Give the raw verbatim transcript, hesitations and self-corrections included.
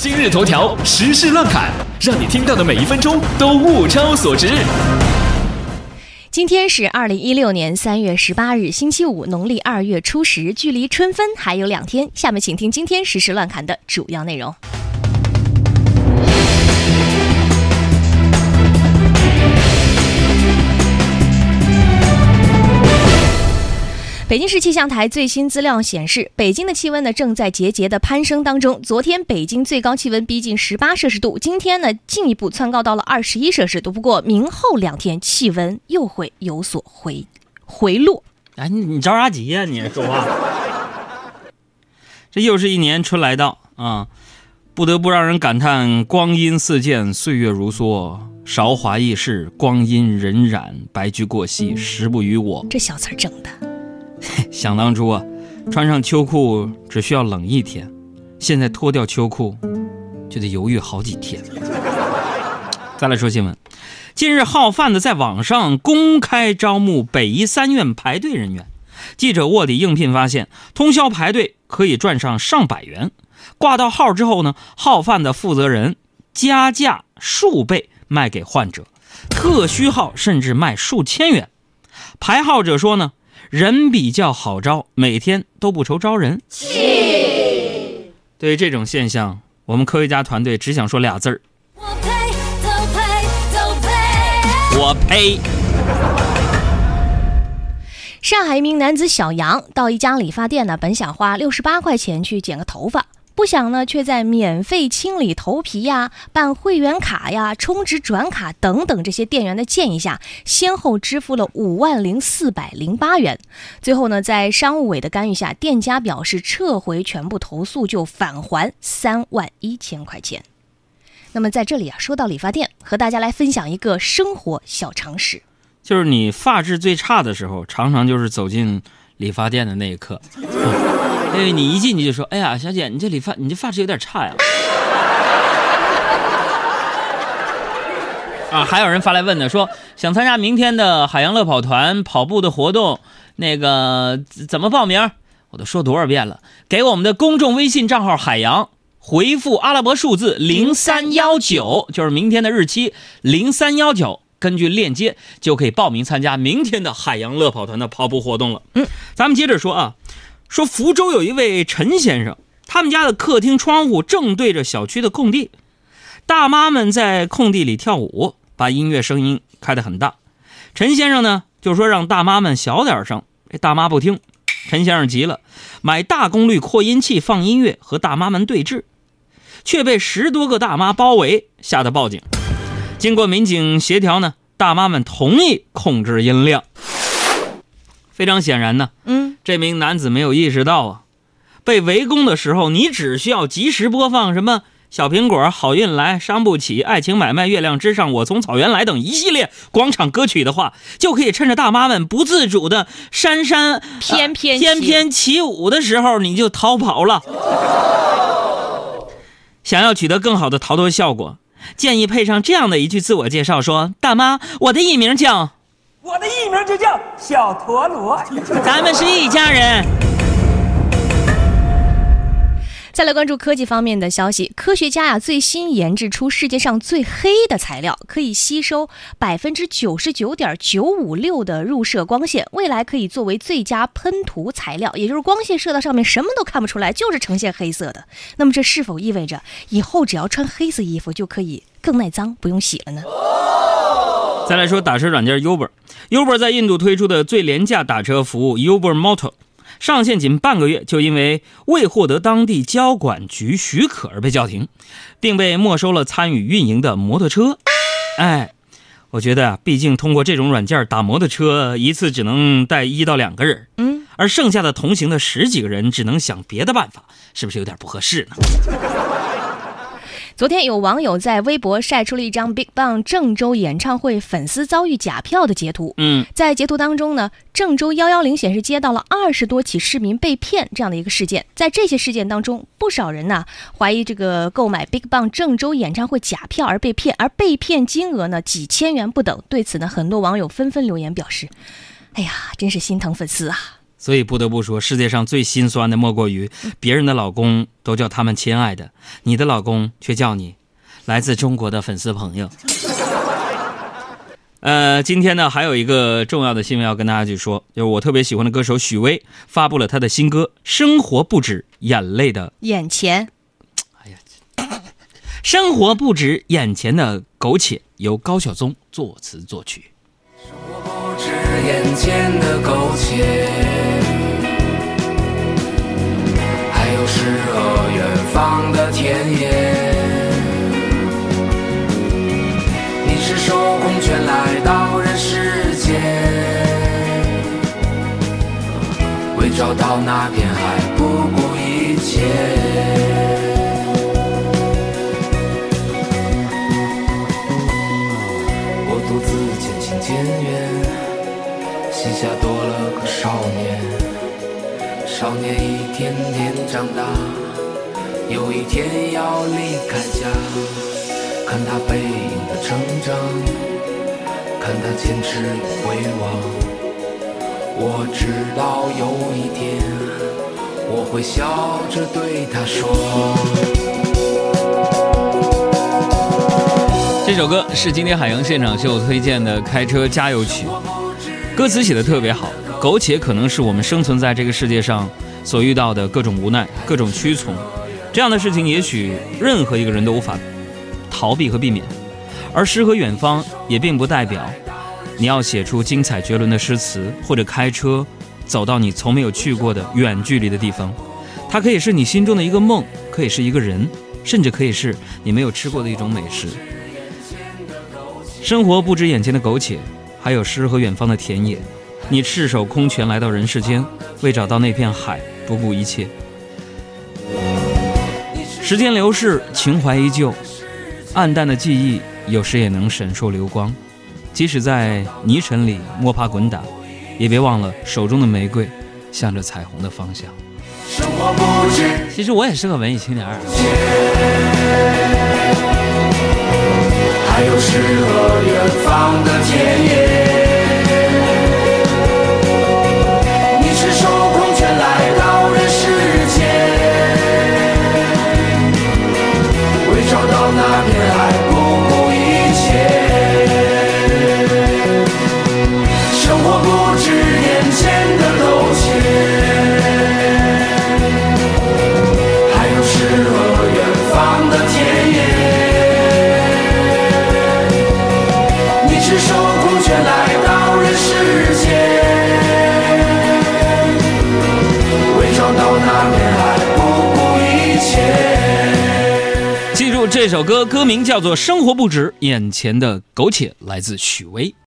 今日头条时事乱侃，让你听到的每一分钟都物超所值。 今天是二零一六年三月十八日，星期五，农历二月初十，距离春分还有两天。下面请听今天时事乱侃的主要内容。北京市气象台最新资料显示，北京的气温呢正在节节的攀升当中。昨天北京最高气温逼近十八摄氏度，今天呢进一步蹿高到了二十一摄氏度。不过明后两天气温又会有所回回落。 哎，你你着啥急呀、啊？你说话。这又是一年春来到啊，不得不让人感叹光阴似箭，岁月如梭，韶华易逝，光阴荏苒，白驹过隙，时不与我。 这小词儿整的。 想当初啊，穿上秋裤只需要冷一天，现在脱掉秋裤就得犹豫好几天。再来说新闻，近日号贩子在网上公开招募北医三院排队人员，记者卧底应聘发现，通宵排队可以赚上上百元。挂到号之后呢，号贩的负责人加价数倍卖给患者，特需号甚至卖数千元。排号者说呢，人比较好招，每天都不愁招人。对于这种现象，我们科学家团队只想说俩字儿：我呸！走呸！走呸！我呸！ 上海一名男子小杨到一家理发店呢，本想花六十八块钱去剪个头发，不想呢，却在免费清理头皮呀、办会员卡呀、充值转卡等等这些店员的建议下，先后支付了五万零四百零八元。最后呢，在商务委的干预下，店家表示撤回全部投诉，就返还三万一千块钱。那么在这里啊，说到理发店，和大家来分享一个生活小常识， 就是你发质最差的时候，常常就是走进理发店的那一刻。因为你一进去就说：“哎呀，小姐，你这理发，你这发质有点差呀。”啊，还有人发来问呢，说想参加明天的海洋乐跑团跑步的活动，那个怎么报名？我都说多少遍了，给我们的公众微信账号海洋回复阿拉伯数字零三幺九，就是明天的日期零三幺九。根据链接就可以报名参加明天的海洋乐跑团的跑步活动了。嗯，咱们接着说啊，说福州有一位陈先生，他们家的客厅窗户正对着小区的空地，大妈们在空地里跳舞，把音乐声音开得很大。陈先生呢就说让大妈们小点声，这大妈不听，陈先生急了，买大功率扩音器放音乐和大妈们对峙，却被十多个大妈包围，吓得报警。经过民警协调呢，大妈们同意控制音量。非常显然呢，嗯，这名男子没有意识到啊，被围攻的时候，你只需要及时播放什么小苹果、好运来、伤不起、爱情买卖、月亮之上、我从草原来等一系列广场歌曲的话，就可以趁着大妈们不自主的姗姗翩翩翩翩起舞的时候，你就逃跑了。想要取得更好的逃脱效果，建议配上这样的一句自我介绍，说：大妈，我的艺名叫…… 我的艺名就叫小陀螺， 咱们是一家人。 再来关注科技方面的消息，科学家呀、啊、最新研制出世界上最黑的材料，可以吸收百分之九十九点九五六的入射光线，未来可以作为最佳喷涂材料，也就是光线射到上面什么都看不出来，就是呈现黑色的。那么这是否意味着以后只要穿黑色衣服就可以更耐脏，不用洗了呢？ 再来说打车软件 Uber，Uber 在印度推出的最廉价打车服务 Uber Moto， 上线仅半个月就因为未获得当地交管局许可而被叫停，并被没收了参与运营的摩托车。哎，我觉得啊，毕竟通过这种软件打摩托车，一次只能带一到两个人，嗯，而剩下的同行的十几个人只能想别的办法，是不是有点不合适呢？ 昨天有网友在微博晒出了一张 BigBang 郑州演唱会粉丝遭遇假票的截图。嗯，在截图当中呢，郑州一一零显示接到了二十多起市民被骗这样的一个事件。在这些事件当中，不少人呢怀疑这个购买 BigBang 郑州演唱会假票而被骗，而被骗金额呢几千元不等。对此呢，很多网友纷纷留言表示：“哎呀，真是心疼粉丝啊！” 所以不得不说，世界上最心酸的莫过于别人的老公都叫他们亲爱的，你的老公却叫你。来自中国的粉丝朋友。呃，今天呢还有一个重要的新闻要跟大家去说，就是我特别喜欢的歌手许巍发布了他的新歌《生活不止眼泪的眼前》。 哎呀，生活不止眼前的苟且，由高晓松作词作曲。 生活不止眼前的苟且，还有诗和远方的田野。你是受空圈来到人世间，为找到那片海不顾一切。我独自渐行渐远，膝下多了个少年。少年一天天长大，有一天要离开家。看他背影的成长，看他坚持回望。我知道有一天，我会笑着对他说。 这首歌是今天海洋现场秀推荐的开车加油曲，歌词写得特别好。苟且可能是我们生存在这个世界上所遇到的各种无奈、各种屈从，这样的事情也许任何一个人都无法逃避和避免。而诗和远方也并不代表你要写出精彩绝伦的诗词，或者开车走到你从没有去过的远距离的地方。它可以是你心中的一个梦，可以是一个人，甚至可以是你没有吃过的一种美食。生活不止眼前的苟且，还有诗和远方的田野。你赤手空拳来到人世间，为找到那片海不顾一切。时间流逝，情怀依旧，暗淡的记忆有时也能闪烁流光。即使在泥尘里摸爬滚打，也别忘了手中的玫瑰向着彩虹的方向。 生活不止， 其实我也是个文艺青年儿。 还有诗和远方的田野。你赤手空拳来到人世间，为找到那片海不顾一切。生活不止眼前的苟且，还有诗和远方的田野。你赤手空拳来到人世间，为找到那片海不顾一切。 记住这首歌，歌名叫做《生活不止眼前的苟且》，来自许巍。